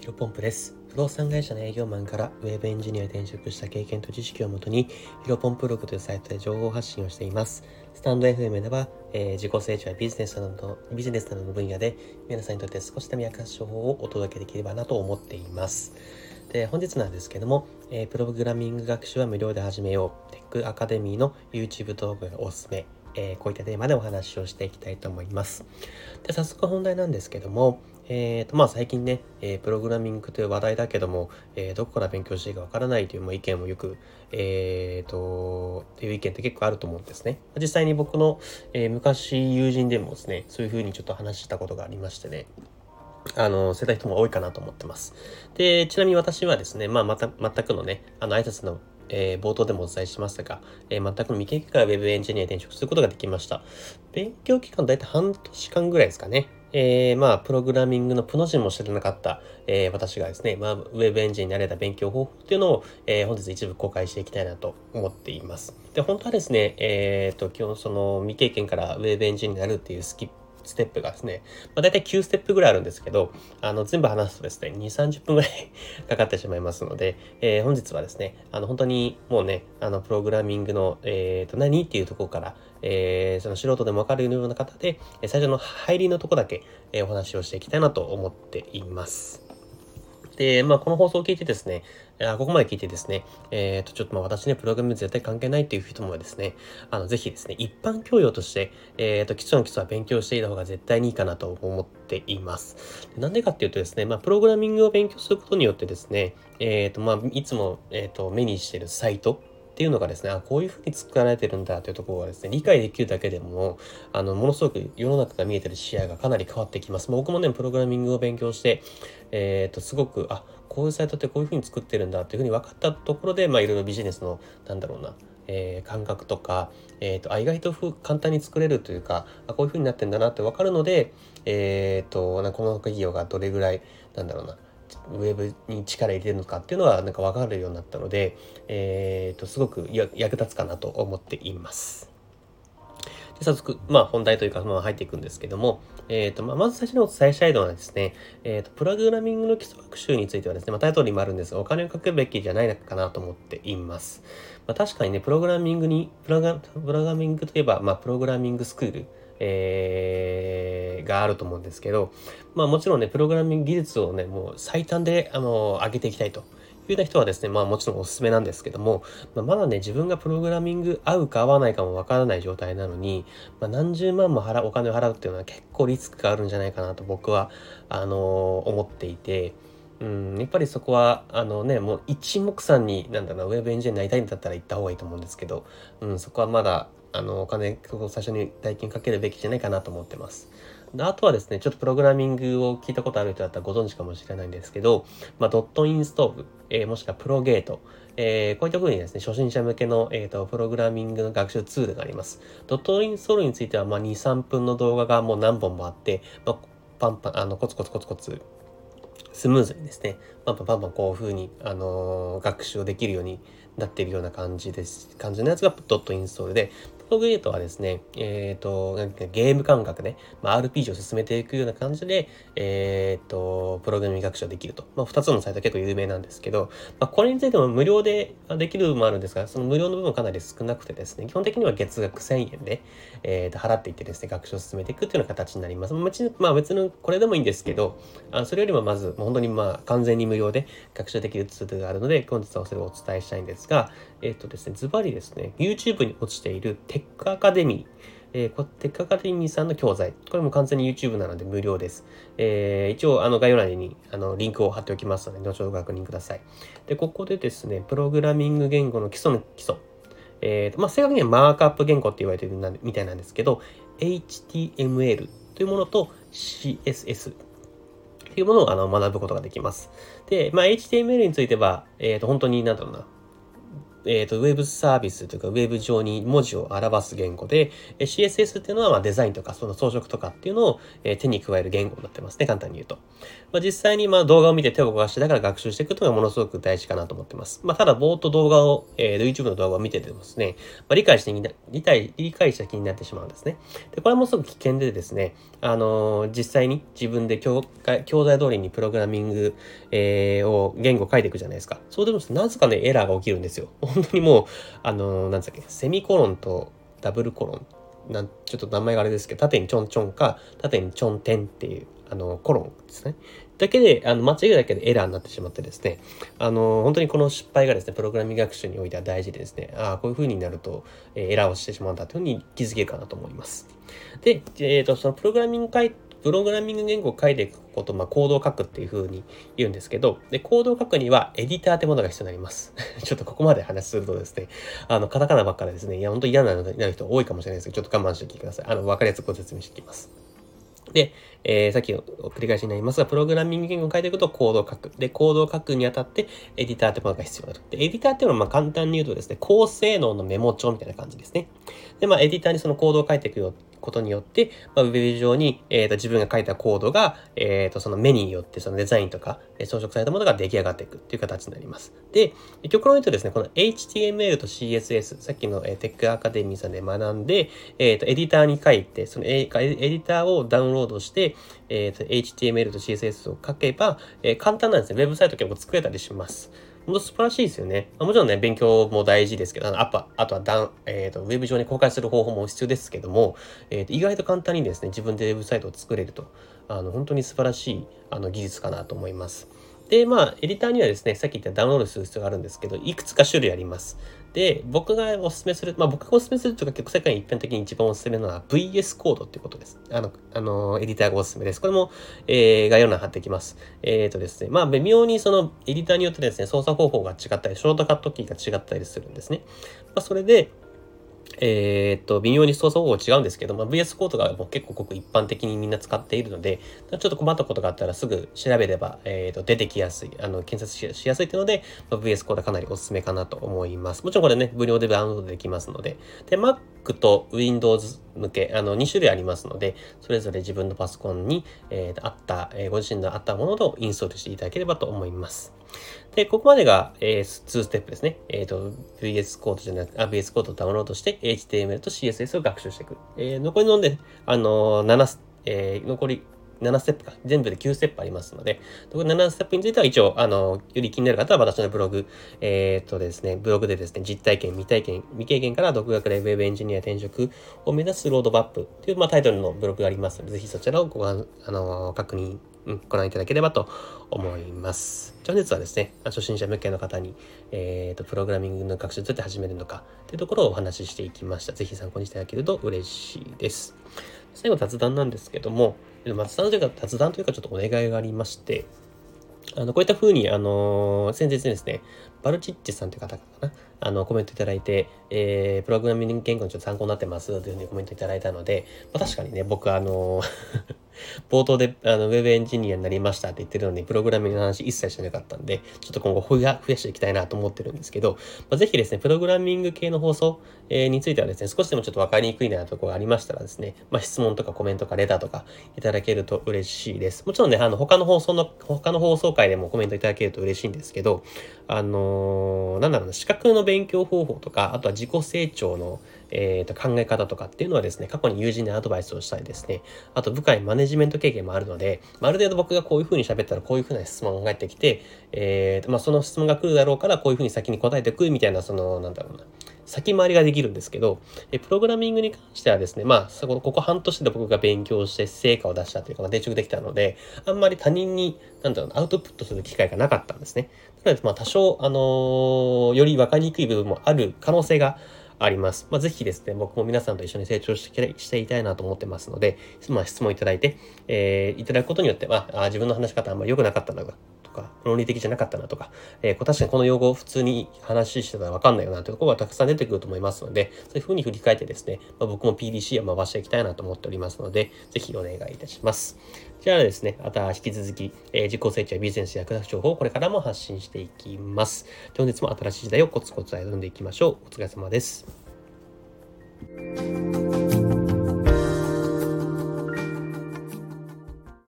ヒロポンプです。不動産会社の営業マンからウェブエンジニアに転職した経験と知識をもとに、ヒロポンプログというサイトで情報発信をしています。スタンド FM では、自己成長やビジネスなどの分野で皆さんにとって少しでも役立つ情報をお届けできればなと思っています。で、本日なんですけども、プログラミング学習は無料で始めよう。テックアカデミーの YouTube 動画がおすすめ。こういったテーマでお話をしていきたいと思います。で、早速本題なんですけども、最近ね、プログラミングという話題だけども、どこから勉強していいかわからないという意見もよく、っていう意見って結構あると思うんですね。実際に僕の、昔友人でもですね、そういうふうにちょっと話したことがありましてね、そういった人も多いかなと思ってます。で、ちなみに私はですね、全くのね、挨拶の冒頭でもお伝えしましたが、全くの未経験から Web エンジニアに転職することができました。勉強期間だいたい半年間ぐらいですかね。プログラミングのプの字も知らなかった、私がですね、ウェブエンジンになれた勉強方法っていうのを、本日一部公開していきたいなと思っています。で、本当はですね、今日その未経験からウェブエンジンになるっていうステップがですね、だいたい9ステップぐらいあるんですけど、全部話すとですね、2、30分ぐらいかかってしまいますので、本日はですね、本当にもうね、プログラミングの、何っていうところから、その素人でもわかるような方で、最初の入りのとこだけ、お話をしていきたいなと思っています。で、この放送を聞いてですね、ここまで聞いてですね、私ね、プログラム絶対関係ないっていう人もですね、ぜひですね、一般教養として、基礎の基礎は勉強していた方が絶対にいいかなと思っています。なんでかっていうとですね、プログラミングを勉強することによってですね、いつも、目にしているサイト、っていうのがですね、こういうふうに作られてるんだというところがですね、理解できるだけでも、ものすごく世の中が見えてる視野がかなり変わってきます。僕もね、プログラミングを勉強して、すごく、こういうサイトってこういうふうに作ってるんだっていうふうに分かったところで、いろいろビジネスの、感覚とか、意外と簡単に作れるというか、こういうふうになってんだなって分かるので、この企業がどれぐらい、ウェブに力入れてるのかっていうのは分かるようになったので、すごく役立つかなと思っています。で、早速、本題というか、入っていくんですけども、まず最初にお伝えしたいのはですね、プログラミングの基礎学習についてはですね、タイトルにもあるんですが、お金をかけるべきじゃないのかなと思っています。確かにね、プログラミングといえば、プログラミングスクール、があると思うんですけど、もちろんね、プログラミング技術をね、もう最短で、上げていきたいというような人はですね、もちろんおすすめなんですけども、まだね、自分がプログラミング合うか合わないかもわからない状態なのに、何十万もお金を払うっていうのは結構リスクがあるんじゃないかなと僕は、思っていて、やっぱりそこは、もう一目散に、ウェブエンジニアになりたいんだったら行った方がいいと思うんですけど、そこはまだ、お金を最初に代金かけるべきじゃないかなと思ってます。で、あとはですね、ちょっとプログラミングを聞いたことある人だったらご存知かもしれないんですけど、ドットインストーブ、もしくはプロゲート、こういった風にですね、初心者向けの、プログラミングの学習ツールがあります。ドットインストールについては、2、3分の動画がもう何本もあって、パンパン、コツコツ、スムーズにですね、パンパンこういう風に、学習をできるようになっているような感じのやつがドットインストールで、プロゲートはですね、ゲーム感覚で、RPG を進めていくような感じで、プログラミング学習ができると。2つのサイト結構有名なんですけど、これについても無料でできる部分もあるんですが、その無料の部分かなり少なくてですね、基本的には月額1000円で、払っていってですね、学習を進めていくっていうような形になります。別にこれでもいいんですけど、それよりもまず、本当に完全に無料で学習できるツールがあるので、本日はそれをお伝えしたいんですが、ですね、ズバリですね、YouTube に落ちているテックアカデミー、テックアカデミーさんの教材。これも完全に YouTube なので無料です。一応、概要欄に、リンクを貼っておきますので、後ほどご確認ください。で、ここでですね、プログラミング言語の基礎の基礎。正確にはマークアップ言語って言われてるみたいなんですけど、HTML というものと CSS というものを学ぶことができます。で、HTML については、本当にウェブサービスというか、ウェブ上に文字を表す言語で、CSS っていうのは、デザインとか、その装飾とかっていうのを、手に加える言語になってますね、簡単に言うと。実際に、動画を見て手を動かしながら学習していくというのがものすごく大事かなと思ってます。ただ、ぼーっと動画を、YouTube の動画を見ててもですね、理解した気になってしまうんですね。で、これもすごく危険でですね、実際に自分で教材通りにプログラミング、を言語書いていくじゃないですか。そうでもなぜかね、エラーが起きるんですよ。本当にもう、なんですかね、セミコロンとダブルコロン、ちょっと名前があれですけど、縦にちょんちょんか、縦にちょんてんっていう、コロンですね。だけで、間違いだけでエラーになってしまってですね、本当にこの失敗がですね、プログラミング学習においては大事でですね、こういう風になると、エラーをしてしまうんだというふうに気づけるかなと思います。で、そのプログラミング言語を書いていくこと、コードを書くっていう風に言うんですけど、で、コードを書くにはエディターってものが必要になります。ちょっとここまで話するとですね、カタカナばっかりですね、いや、本当に嫌な人多いかもしれないですけど、ちょっと我慢しておきください。わかりやすくご説明していきます。で、さっきの繰り返しになりますが、プログラミング言語を書いていくとコードを書く。で、コードを書くにあたって、エディターってものが必要だと。で、エディターっていうのは簡単に言うとですね、高性能のメモ帳みたいな感じですね。で、エディターにそのコードを書いていくことによって、ウェブ上に、自分が書いたコードが、その目によってそのデザインとか、装飾されたものが出来上がっていくっていう形になります。で、極論言うとですね、この HTML と CSS、さっきの、テックアカデミーさんで学んで、エディターに書いて、そのエディターをダウンロードして、HTML と CSS を書けば、簡単なんですね。ウェブサイト結構作れたりします。本当素晴らしいですよね。もちろんね、勉強も大事ですけど、あとはウェブ上に公開する方法も必要ですけども、意外と簡単にですね、自分でウェブサイトを作れると、本当に素晴らしい、技術かなと思います。で、エディターにはですね、さっき言ったダウンロードする必要があるんですけど、いくつか種類あります。で、僕がお勧めするというか結構世界に一般的に一番お勧めなのは VS コードっていうことです。エディターがお勧めです。これも、概要欄貼ってきます。ですね、微妙にそのエディターによってですね、操作方法が違ったり、ショートカットキーが違ったりするんですね。それで、微妙に操作方法違うんですけど、VS コードがもう結構ごく一般的にみんな使っているので、ちょっと困ったことがあったらすぐ調べれば、出てきやすい、検索しやすいというので、VS コードはかなりおすすめかなと思います。もちろんこれね、無料でダウンロードできますので、で、Mac と Windows 向け、2種類ありますので、それぞれ自分のパソコンに、ご自身の合ったものをインストールしていただければと思います。で、ここまでが、2ステップですね。VS コードをダウンロードして、HTML と CSS を学習していく。残りので、残り7ステップか。全部で9ステップありますので、7ステップについては一応、より気になる方は私のブログ、ですね、ブログでですね、実体験、未経験から独学でウェブエンジニア転職を目指すロードマップという、タイトルのブログがありますので、ぜひそちらを確認、ご覧いただければと思います。本日はですね、初心者向けの方に、プログラミングの学習どうやって始めるのかというところをお話ししていきました。ぜひ参考にしていただけると嬉しいです。最後雑談なんですけども、雑談というかちょっとお願いがありまして、こういった風に、先日ですね、バルチッチさんという方かな、コメントいただいて、プログラミング言語にちょっと参考になってますというふうにコメントいただいたので、確かにね、僕冒頭でウェブエンジニアになりましたって言ってるのに、プログラミングの話一切してなかったんで、ちょっと今後増やしていきたいなと思ってるんですけど、ぜひですね、プログラミング系の放送、についてはですね、少しでもちょっと分かりにくいなところがありましたらですね、質問とかコメントとかレターとかいただけると嬉しいです。もちろんね、他の放送回でもコメントいただけると嬉しいんですけど、資格の勉強方法とか、あとは自己成長の考え方とかっていうのはですね、過去に友人にアドバイスをしたりですね、あと部下にマネジメント経験もあるので、ある程度僕がこういう風に喋ったらこういう風な質問が返ってきて、その質問が来るだろうからこういう風に先に答えていくみたいな、先回りができるんですけど、プログラミングに関してはですね、ここ半年で僕が勉強して成果を出したというか、転職できたので、あんまり他人に、アウトプットする機会がなかったんですね。なので、多少、より分かりにくい部分もある可能性があります。ぜひですね、僕も皆さんと一緒に成長していたいなと思ってますので、質問いただいて、いただくことによって、自分の話し方あんまり良くなかったなとか、論理的じゃなかったなとか、確かにこの用語を普通に話してたらわかんないよなというところがたくさん出てくると思いますので、そういうふうに振り返ってですね、僕も PDC を回していきたいなと思っておりますので、ぜひお願いいたします。じゃあですね、また引き続き、自己成長やビジネス役立つ情報をこれからも発信していきます。本日も新しい時代をコツコツ歩んでいきましょう。お疲れ様です。